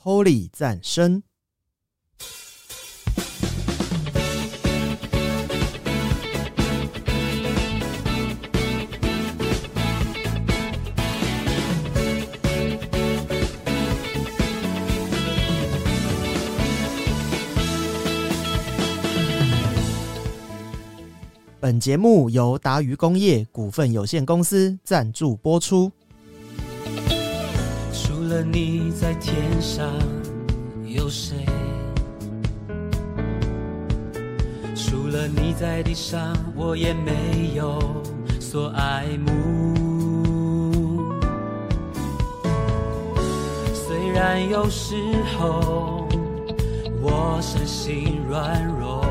Holy 赞声。本节目由达渝工业股份有限公司赞助播出。 除了你在天上有谁？除了你在地上我也没有所爱慕。虽然有时候我身心软弱，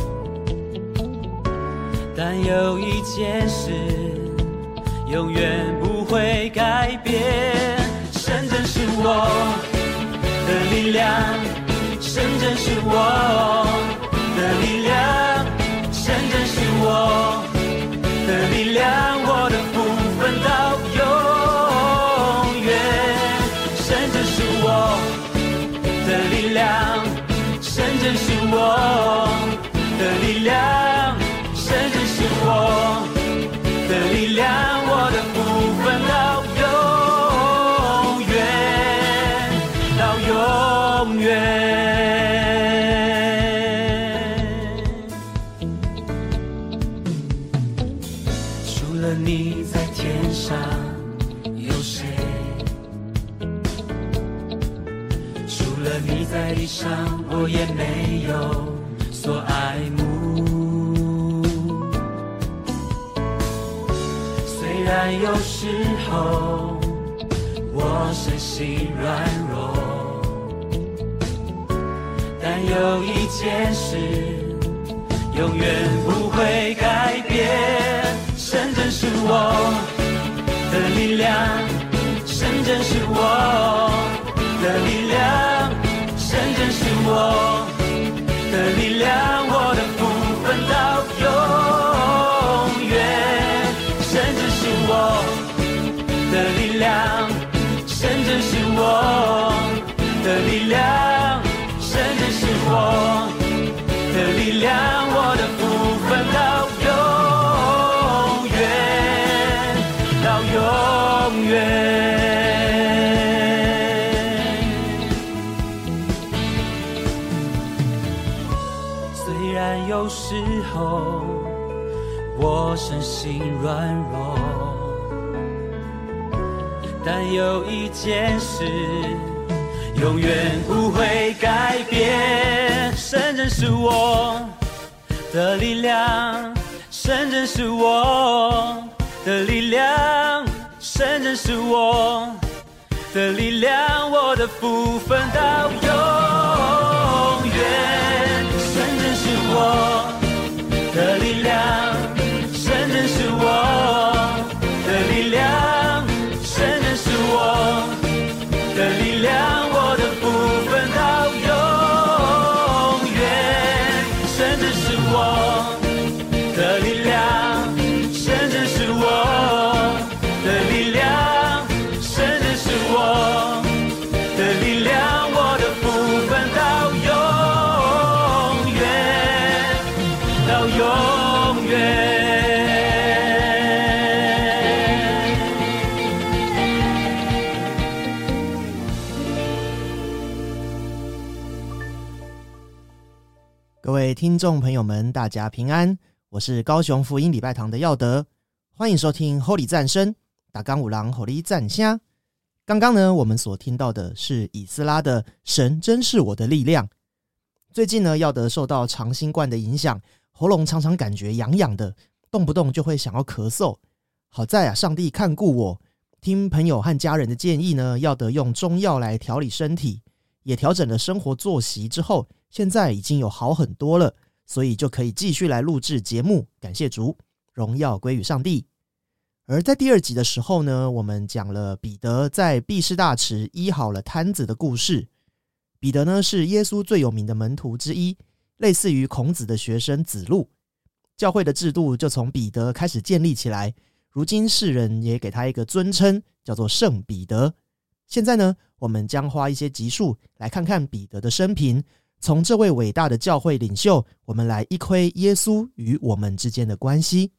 但有一件事永远不会改变，神真是我的力量，神真是我的力量，神真是我的力量，我的福分到永远，神真是我的力量，神真是我的力量，神真是我的力量，我的福分到永远，到永远。除了你在天上有谁？除了你在地上我也没有所爱慕。虽然有时候我身心软弱，但有一件事永远不会改变，神真是我的力量，神真是我的力量，神真是我的力量，我的福分到永远，神真是我的力量，神真是我的力量，神真是我的力量，我的福分到永远，到永远。虽然有时候我身心软弱，但有一件事永远不会改变，神真是我的力量，神真是我的力量，神真是我的力量，我的福分到永远，神真是我的力量，神真是我的力量，神真是我的力量，我的福分到永远，神真是我的力量，神真是我的力量，神真是我的力量，我的福分到永远，到永远。 各位听众朋友们，大家平安，我是高雄福音礼拜堂的耀德，欢迎收听 Holy 赞声，大港有人 Holy 赞声。刚刚呢，我们所听到的是以斯拉的神真是我的力量。最近呢，耀德受到长新冠的影响，喉咙常常感觉痒痒的，动不动就会想要咳嗽。好在上帝看顾我，听朋友和家人的建议呢，耀德用中药来调理身体，也调整了生活作息之后，现在已经有好很多了，所以就可以继续来录制节目，感谢主，荣耀归于上帝。而在第2集的时候呢，我们讲了彼得在毕士大池医好了瘫子的故事。彼得呢是耶稣最有名的门徒之一，类似于孔子的学生子路。教会的制度就从彼得开始建立起来，如今世人也给他一个尊称，叫做圣彼得。 现在呢，我们将花一些集数来看看彼得的生平，从这位伟大的教会领袖，我们来一窥耶稣与我们之间的关系。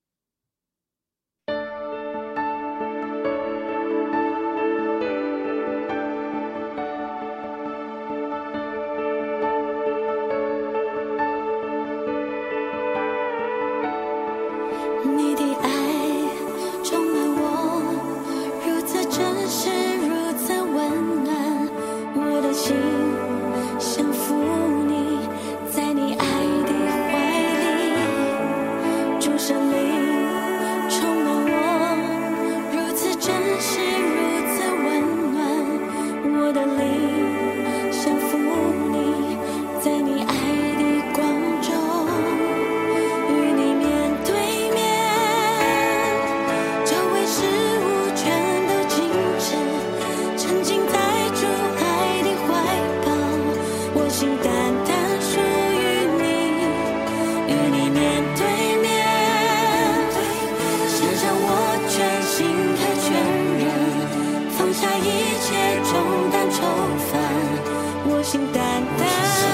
你的爱充满我，如此真实，如此温暖，我的心降服你，在你爱的怀里，主圣灵充满我，如此真实，如此温暖，我的灵降服你，在你爱的光中，与你面对面，周围事物全都静止，沉浸在主爱的怀抱，我心单单属于你，与你面对面，献上我全心和全人，放下一切重担愁烦，我心单单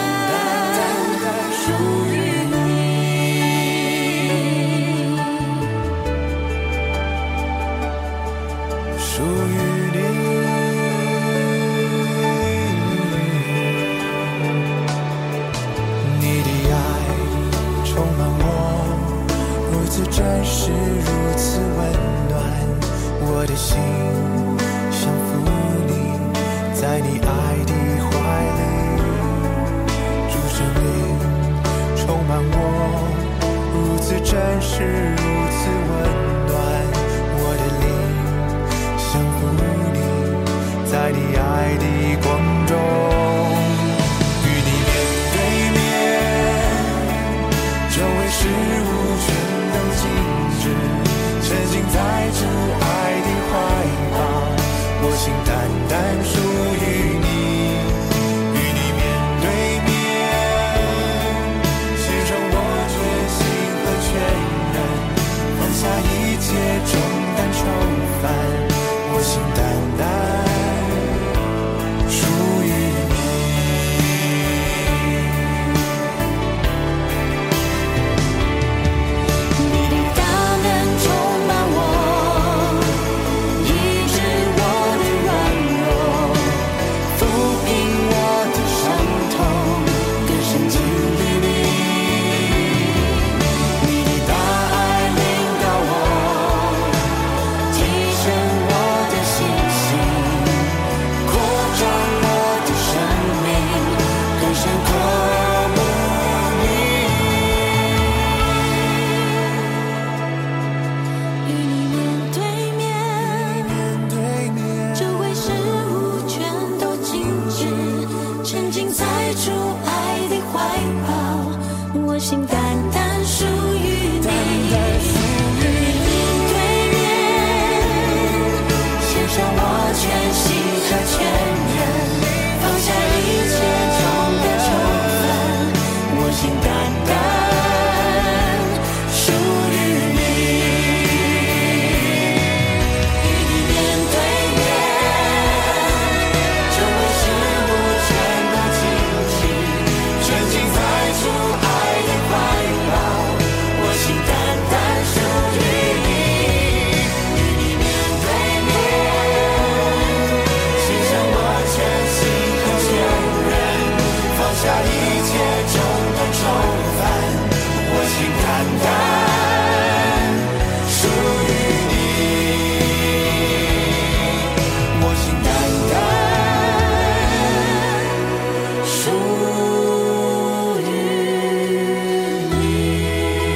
属于你。 属于你，你的爱充满我，如此真实，如此温暖，我的心降服你，在你爱的怀里，主圣灵充满我，如此真实，如此温暖，我的灵降服你，在你爱的光中，与你面对面，周围事物全都静止，沉浸在主爱的怀抱，我心单单属于你，与你面对面，献上我全心和全人，放下一切重担愁烦，我心单单属于你。 你的大能充满我，医治我的软弱，抚平我的伤痛，更深经历你。你的大爱领导我，提升我的信心，扩张我的生命，更深渴慕你。与你面对面，周围事物全都静止，沉浸在主爱的怀抱，我心单单属于你。与你面对面，献上我全心和全人，放下一切重的愁烦，我心单单属于你。与你面对面，周围事物全都静止，沉浸在主爱的怀抱，我心单单属于你。与你面对面，献上我全心和全人，放下一切重担愁烦，我心单单属于你，我心单单属于你。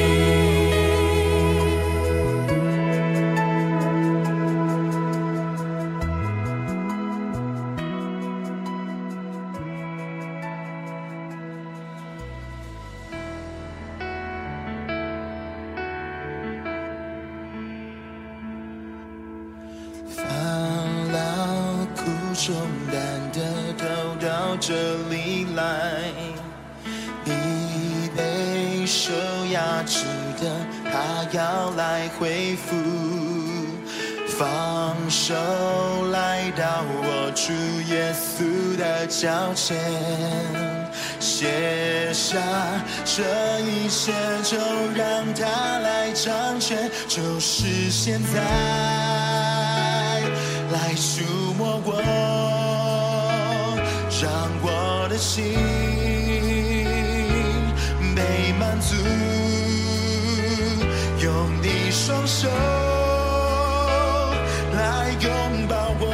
放劳苦重担的都到这里来，已被受压制的他要来恢复， 放手来到我主耶稣的脚前，卸下这一切，就让他来掌权，就是现在，来触摸我，让我的心被满足，用你双手来拥抱我，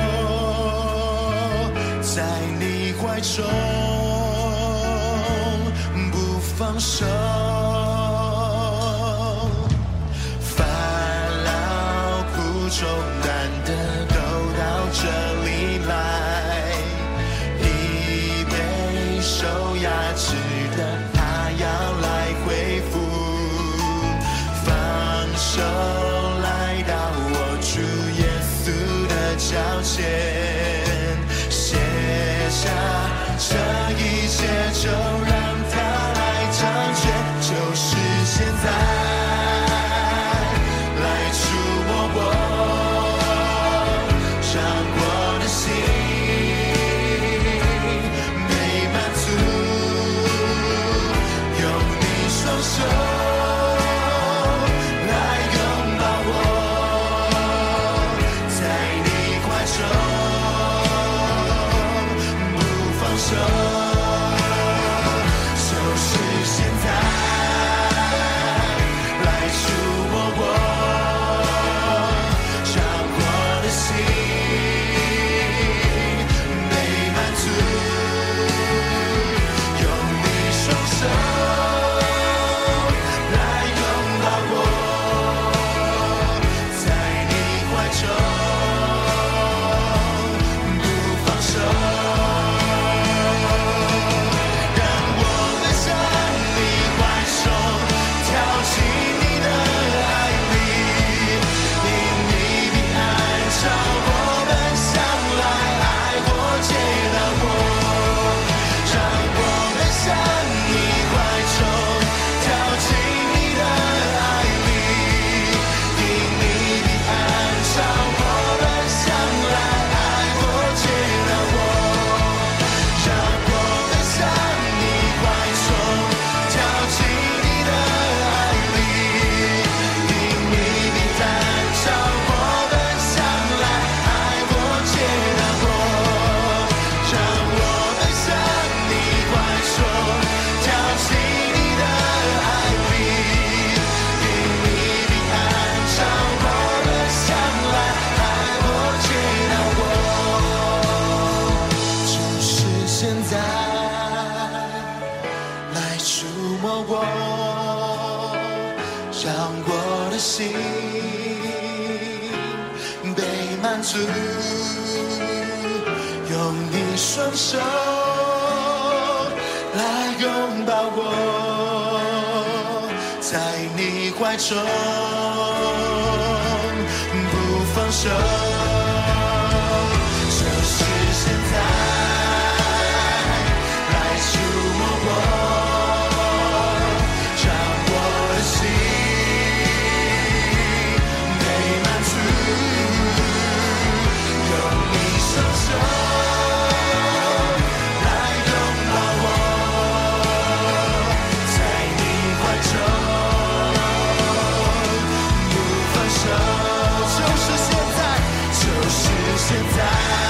在你怀中不放手。烦恼苦重担的都到这里来，疲惫受压制的他要来恢复，放手来到我主耶稣的脚前，卸下这一切，就让他来掌权，就是现在，来触摸我，让我的心被满足，用你双手来拥抱我，在你怀中不放手。就是现在，来触摸我，让我的心被满足，用你双手来拥抱我，在你怀中不放手。让我的心被满足，用你双手来拥抱我，在你怀中不放手，就是现在，来触摸我。现在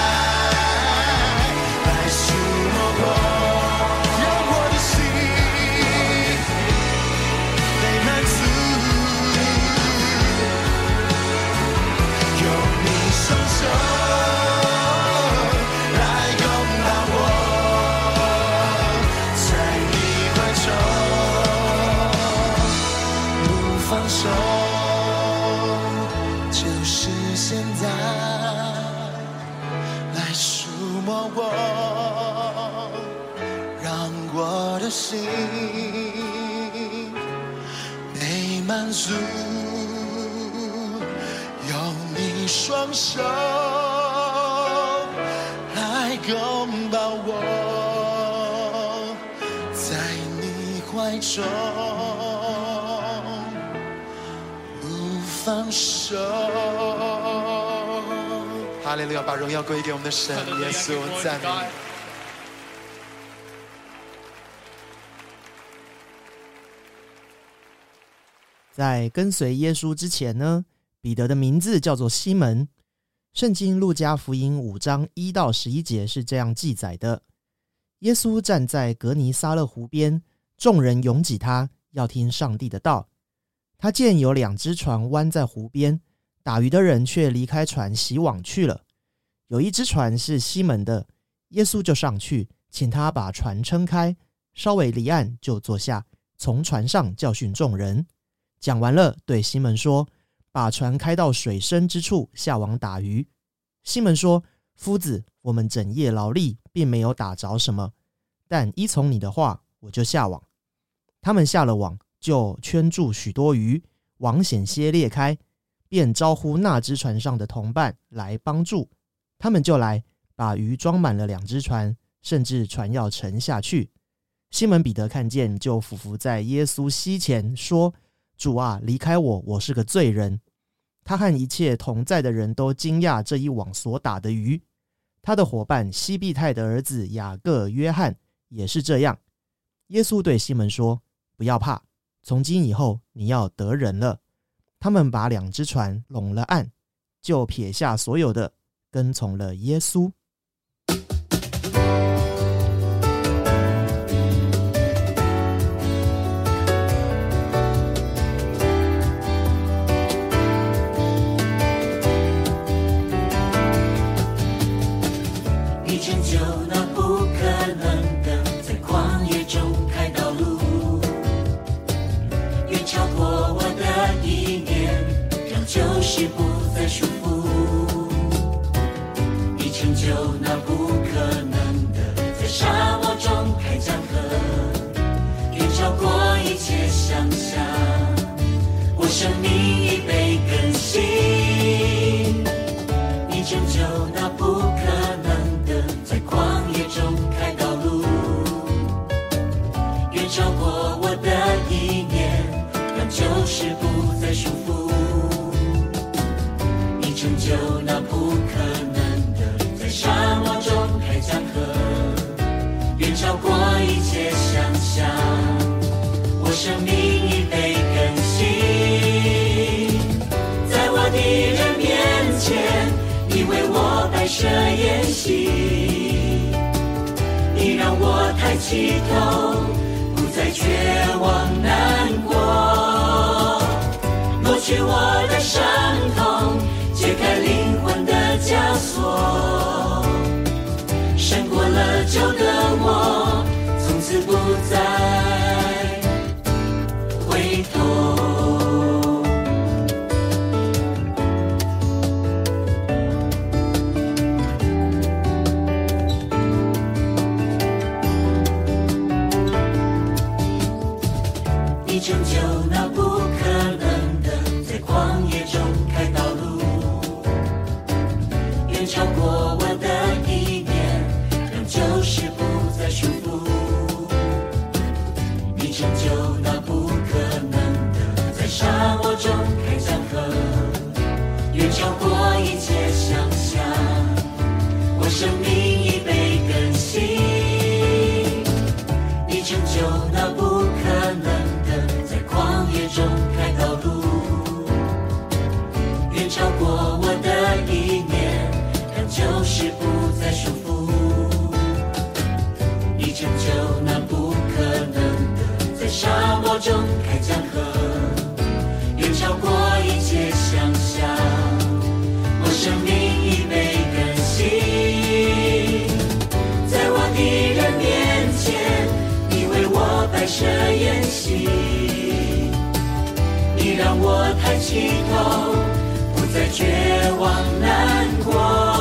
来触摸我，让我的心被满足，用你双手来拥抱我，在你怀中不放手，就是现在。我让我的心被满足，用你双手来拥抱我，在你怀中不放手。 哈利路亚，把荣耀归给我们的神，耶稣，我们赞美你。 在跟随耶稣之前呢，彼得的名字叫做西门。圣经路加福音5章1到11节是这样记载的：耶稣站在革尼撒勒湖边，众人拥挤他，要听上帝的道。他见有2只船弯在湖边，打鱼的人却离开船洗网去了。有一只船是西门的，耶稣就上去，请他把船撑开，稍微离岸就坐下，从船上教训众人。讲完了，对西门说：把船开到水深之处，下网打鱼。西门说：夫子，我们整夜劳力，并没有打着什么，但依从你的话，我就下网。他们下了网，就圈住许多鱼，网险些裂开，便招呼那只船上的同伴来帮助。他们就来，把鱼装满了2只船，甚至船要沉下去。西门彼得看见，就俯伏在耶稣膝前说：主啊，离开我，我是个罪人。他和一切同在的人都惊讶这一网所打的鱼。他的伙伴西庇太的儿子雅各、约翰也是这样。耶稣对西门说：不要怕，从今以后你要得人了。他们把2只船拢了岸，就撇下所有的，跟从了耶稣。 拯救那不可能的，在旷野中开道路，远超过我的意念，让旧事不再束缚。你拯救那不可能的，在沙漠中开江河，远超过一切想象。我生命已被更新，你拯救那不可能在旷野中开道路，远超过我的意念，让旧事不再束缚。你拯救那不可能的，在沙漠中开江河，远超过一切想象。我生命已被更新，在我的人面前，你为我摆设筵席。你让我抬起头，不再绝望难过，抹去我的伤痛，解开灵魂的枷锁，胜过了旧的我，从此不再回头。拯救那不可能的，在旷野中开道路，远超过我的意念，让旧事不再束缚。你拯救那不可能的，在沙漠中开江河，远超过一切想象。我生命已被更新，你拯救那不可能中开道路，远超过我的意念，让旧事不再束缚。你拯救那不可能的，在沙漠中开江河，远超过一切想象。我生命已被更新，在我的人面前，你为我摆设筵席。你让我抬起头，不再绝望难过，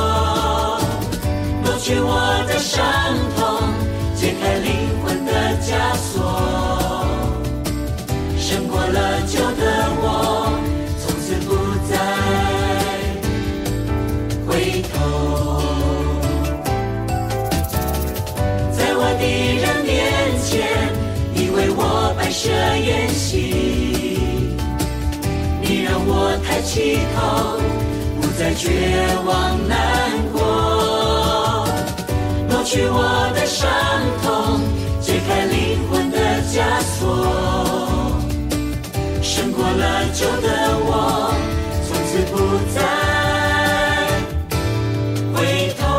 抹去我的伤痛，解开灵魂的枷锁，胜过了旧的我，从此不再回头。在我的人面前，你为我摆设筵席。你让我抬起头，不再绝望难过，抹去我的伤痛，解开灵魂的枷锁，胜过了旧的我，从此不再回头。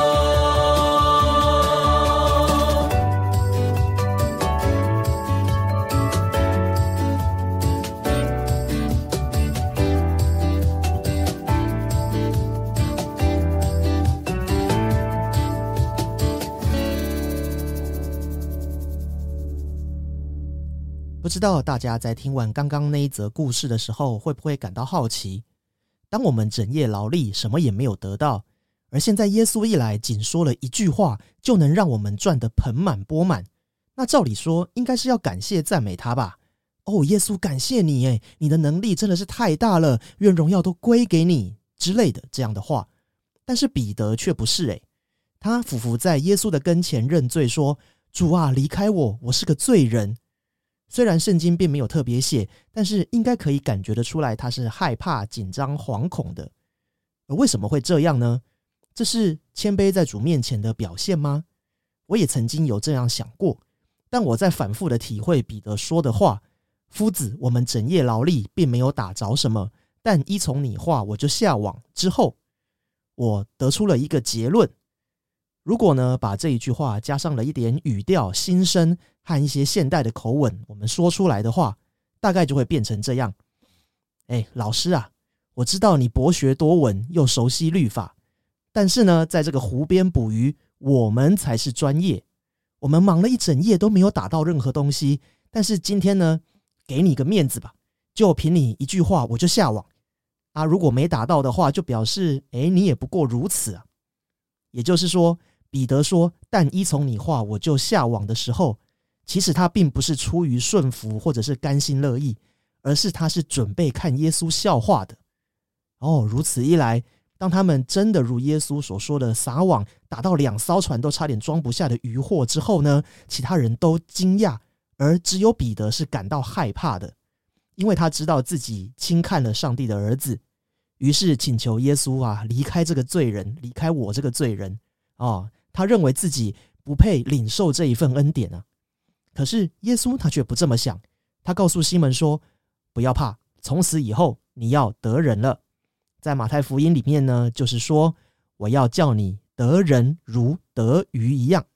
不知道大家在听完刚刚那一则故事的时候，会不会感到好奇？当我们整夜劳力，什么也没有得到，而现在耶稣一来，仅说了一句话，就能让我们赚得盆满钵满。那照理说，应该是要感谢赞美他吧？哦，耶稣，感谢你耶，你的能力真的是太大了，愿荣耀都归给你之类的这样的话。但是彼得却不是耶，他俯伏在耶稣的跟前认罪说：主啊，离开我，我是个罪人。虽然圣经并没有特别写，但是应该可以感觉得出来他是害怕、紧张、惶恐的。而为什么会这样呢？这是谦卑在主面前的表现吗？我也曾经有这样想过，但我在反复的体会彼得说的话：夫子，我们整夜劳力，并没有打着什么，但依从你话，我就下网。之后我得出了一个结论，如果呢把这一句话加上了一点语调、心声和一些现代的口吻，我们说出来的话，大概就会变成这样：老师啊，我知道你博学多闻，又熟悉律法，但是呢，在这个湖边捕鱼，我们才是专业。我们忙了一整夜都没有打到任何东西，但是今天呢，给你个面子吧，就凭你一句话我就下网啊！如果没打到的话，就表示你也不过如此啊。也就是说，彼得说但依从你话我就下网的时候，其实他并不是出于顺服或者是甘心乐意，而是他是准备看耶稣笑话的。如此一来，当他们真的如耶稣所说的撒网打到2艘船都差点装不下的渔获之后呢，其他人都惊讶，而只有彼得是感到害怕的，因为他知道自己轻看了上帝的儿子，于是请求耶稣啊，离开这个罪人，离开我这个罪人他认为自己不配领受这一份恩典啊。可是耶稣他却不这么想，他告诉西门说：不要怕，从此以后你要得人了。在马太福音里面呢，就是说我要叫你得人如得鱼一样。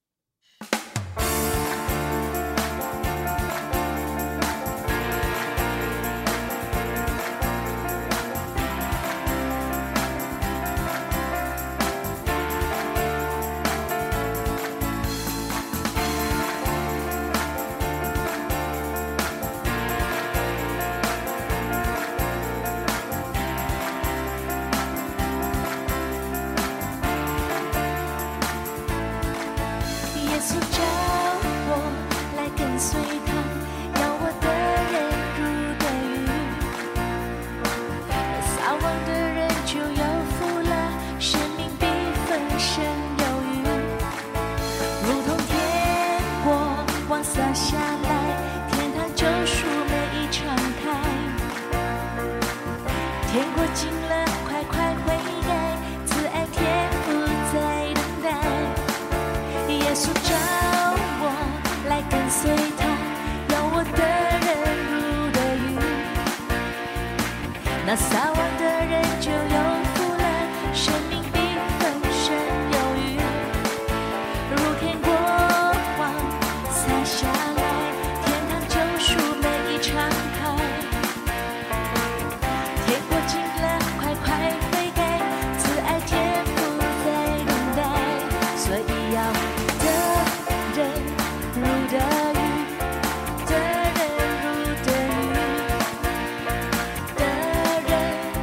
那撒网的人就有福了，生命比粉身有余，如天国王洒下来，天堂救赎每一敞开，天国近了，快快悔改，慈爱天父在等待，所以要得人如得鱼，得人如得鱼，得人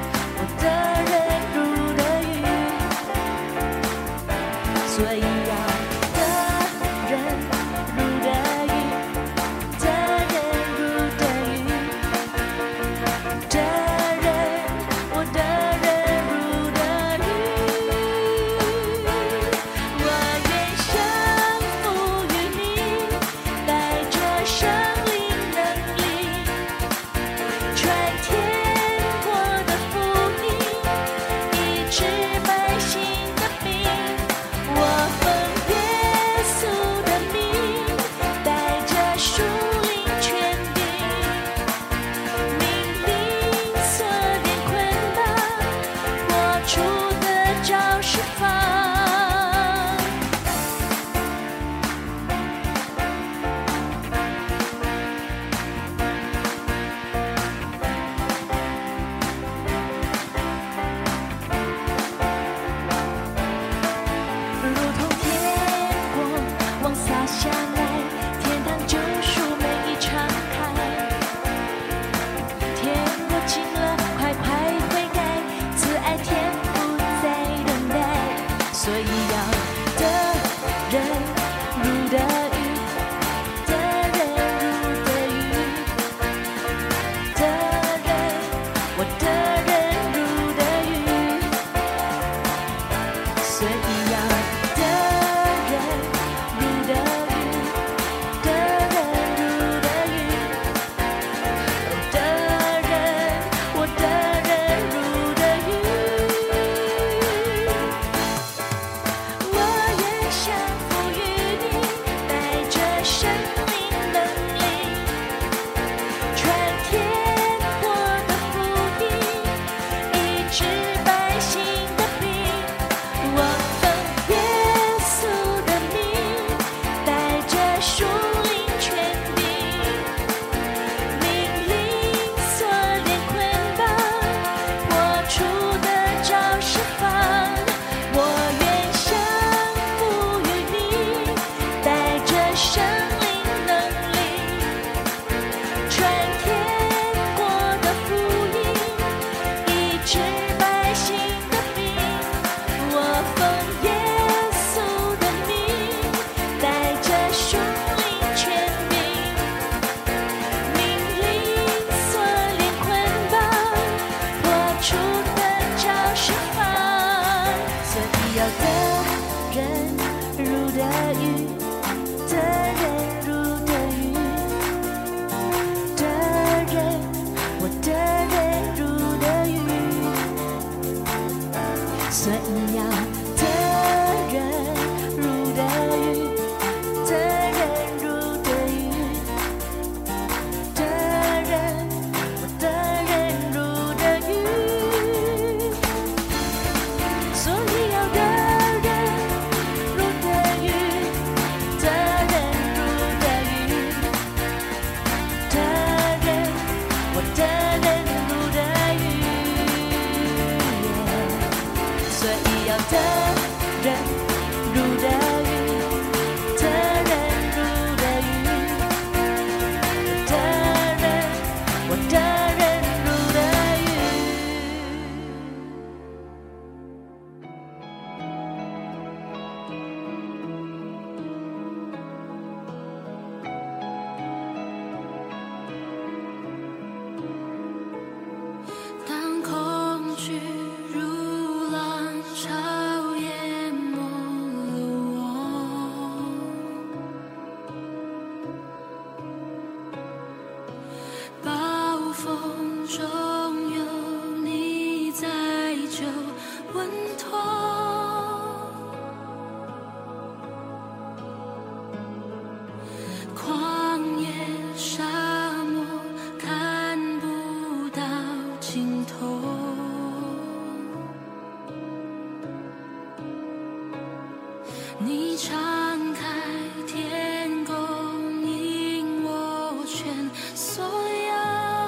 你敞开天供应我全所有，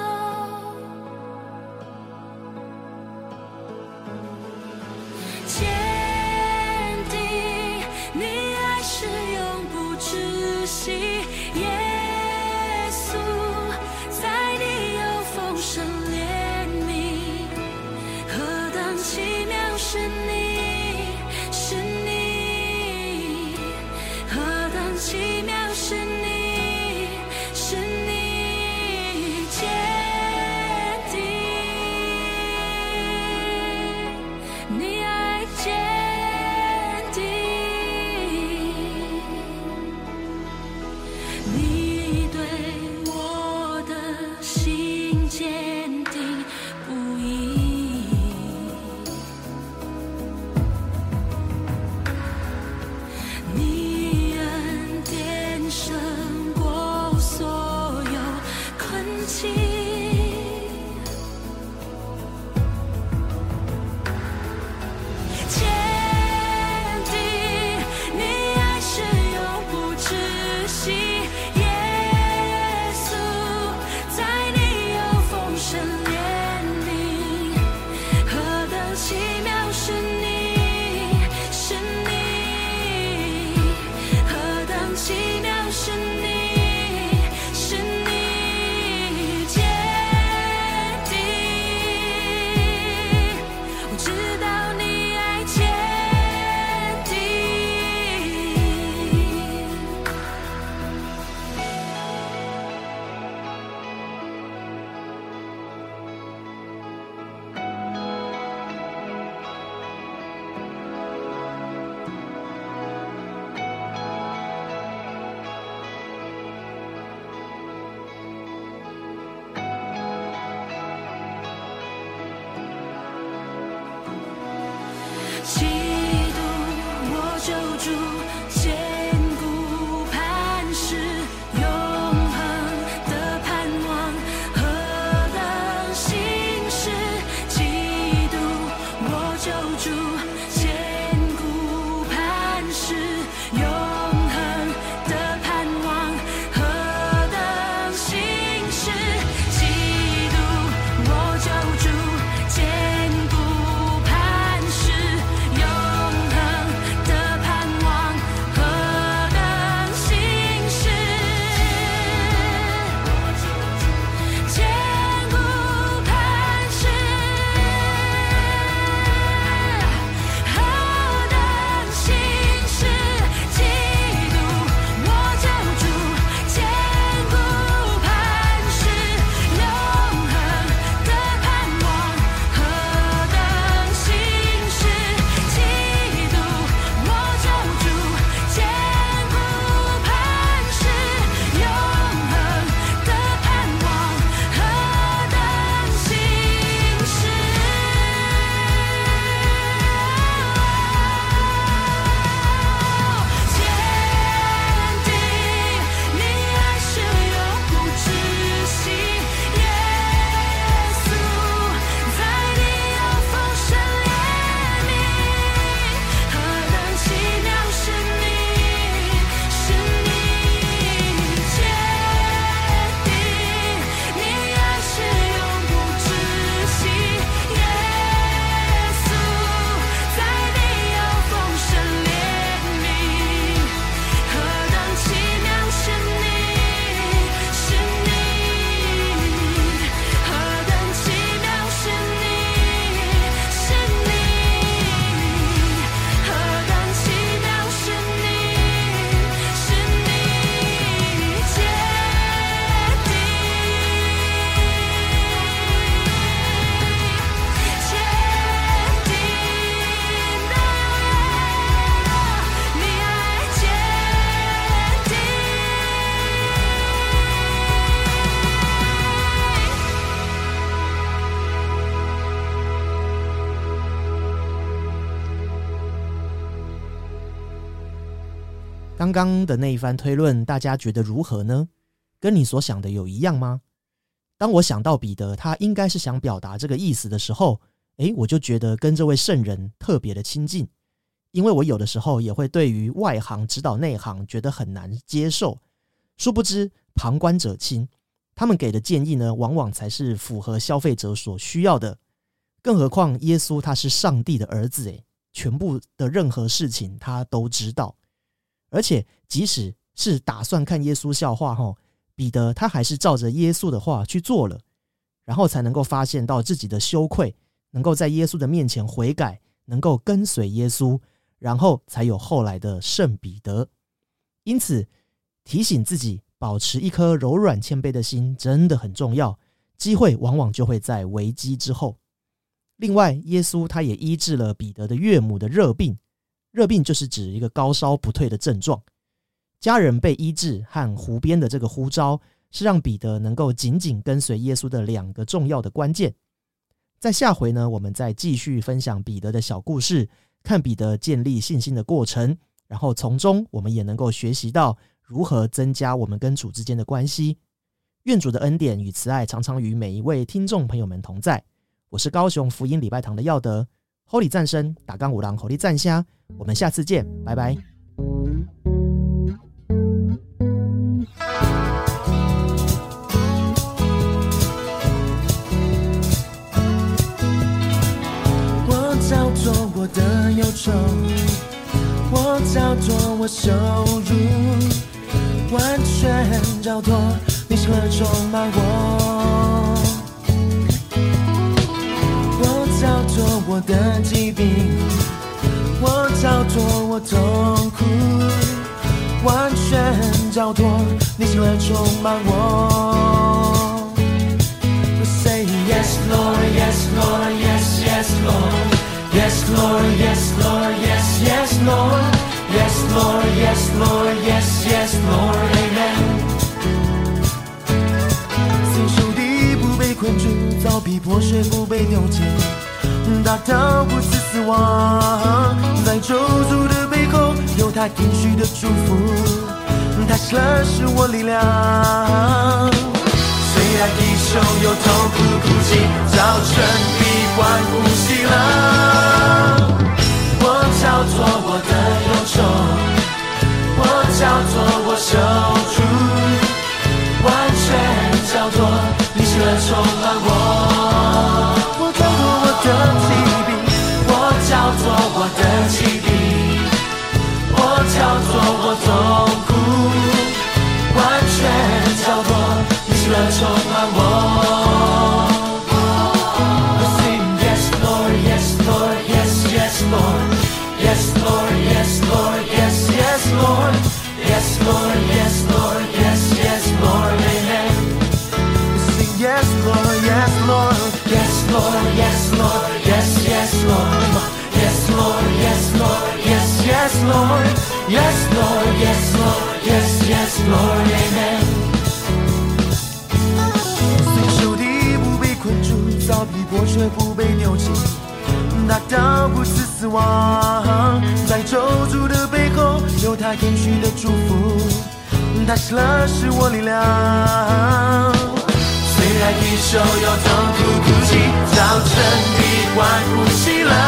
坚定你爱是永不止息，耶稣，在你有丰盛怜悯，何等奇妙是你，是你，何等奇妙是你，是你坚定，你爱坚定，你对我的心坚定不移，你恩典刚刚的那一番推论，大家觉得如何呢？跟你所想的有一样吗？当我想到彼得他应该是想表达这个意思的时候，我就觉得跟这位圣人特别的亲近，因为我有的时候也会对于外行指导内行觉得很难接受，殊不知旁观者清，他们给的建议呢，往往才是符合消费者所需要的。更何况耶稣他是上帝的儿子，全部的任何事情他都知道，而且即使是打算看耶稣笑话，彼得他还是照着耶稣的话去做了，然后才能够发现到自己的羞愧，能够在耶稣的面前悔改，能够跟随耶稣，然后才有后来的圣彼得。因此提醒自己保持一颗柔软谦卑的心真的很重要，机会往往就会在危机之后。另外耶稣他也医治了彼得的岳母的热病，热病就是指一个高烧不退的症状。家人被医治和湖边的这个呼召，是让彼得能够紧紧跟随耶稣的2个重要的关键。在下回呢，我们再继续分享彼得的小故事，看彼得建立信心的过程，然后从中我们也能够学习到如何增加我们跟主之间的关系。愿主的恩典与慈爱常常与每一位听众朋友们同在。我是高雄福音礼拜堂的耀德，Holy赞声打杠五郎Holy赞虾，我们下次见，拜拜。 交做我的忧愁，我交做我羞辱，完全交托你喜乐充满我。我交做我的疾病，我交做我痛苦，完全交托你喜乐充满我。We say yes Lord, yes Lord, yes, yes Lord.Yes, Lord, yes, Lord, yes, yes, Lord. Yes, Lord, yes, Lord, yes, yes, Lord, Amen. 虽受敌不被困住，遭逼迫却不被丢弃，达到不致死亡。在咒诅的背后，有他应许的祝福，他喜乐是我力量。虽然地球有痛苦哭泣，早晨必欢呼喜乐。我交托我的忧愁，我交托我受苦，完全交托你喜乐充满我。我交托我的疾病，我交托我的疾病，我交托我痛苦，完全交托你喜乐充满我。Yes, Lord, yes, Lord, yes, yes, Lord. Yes, Lord, yes, Lord, yes, yes, Lord, Amen. Sing yes, Lord, yes, Lord. Yes, Lord, yes, Lord, yes, yes, Lord. Yes, Lord, yes, Lord, yes, yes, Lord. Yes, Lord, yes, Lord, yes, yes, Lord, Amen. 虽受敌不被困住，遭逼迫却不被丢弃，达到不致死亡。在咒诅的背后，有他应许的祝福，他喜乐是我力量。虽然地球有痛苦哭泣，早晨必欢呼喜乐。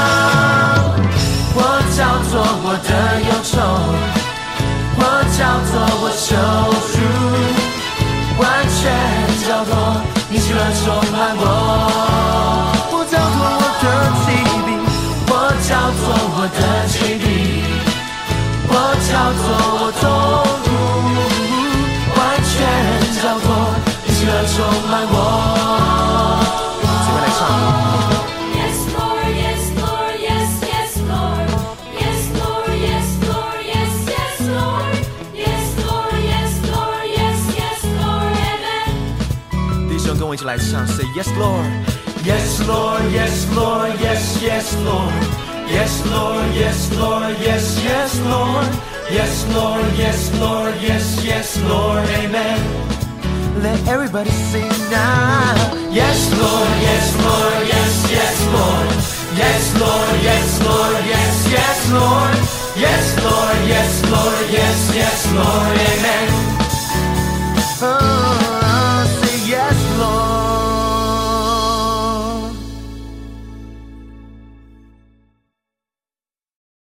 我交托我的忧愁，我交托我受辱，完全交托你喜乐充满我。我交托我的疾病，我交托我的疾病，我交托我痛苦，完全交托你喜乐充满我。请问来唱。 Yes, Lord, yes, Lord, yes, yes, Lord. Yes, Lord, yes, Lord, yes, yes, Lord. Yes, Lord, yes, Lord, yes, yes, Lord, Amen. 弟兄跟我一起来唱 ，Say yes, Lord.Yes, Lord, yes, Lord, yes, yes, Lord. Yes, Lord, yes, Lord, yes, yes, Lord. Yes, Lord, yes, Lord, yes, yes, Lord, Amen. Let everybody sing now. Yes, Lord, yes, Lord, yes, yes, Lord. Yes, Lord, yes, Lord, yes, yes, Lord. Yes, Lord, yes, Lord, yes, yes, Lord, amen.